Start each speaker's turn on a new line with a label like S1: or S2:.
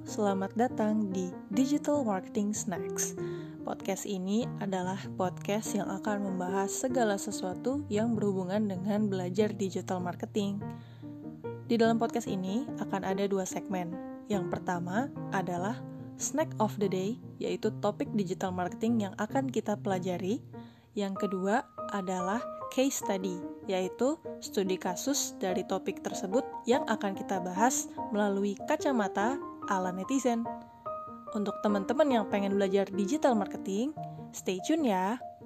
S1: selamat datang di Digital Marketing Snacks. Podcast ini adalah podcast yang akan membahas segala sesuatu yang berhubungan dengan belajar digital marketing. Di dalam podcast ini akan ada 2 segmen. Yang pertama adalah Snack of the Day, yaitu topik digital marketing yang akan kita pelajari. Yang kedua adalah case study, yaitu studi kasus dari topik tersebut yang akan kita bahas melalui kacamata ala netizen. Untuk teman-teman yang pengen belajar digital marketing, stay tune ya!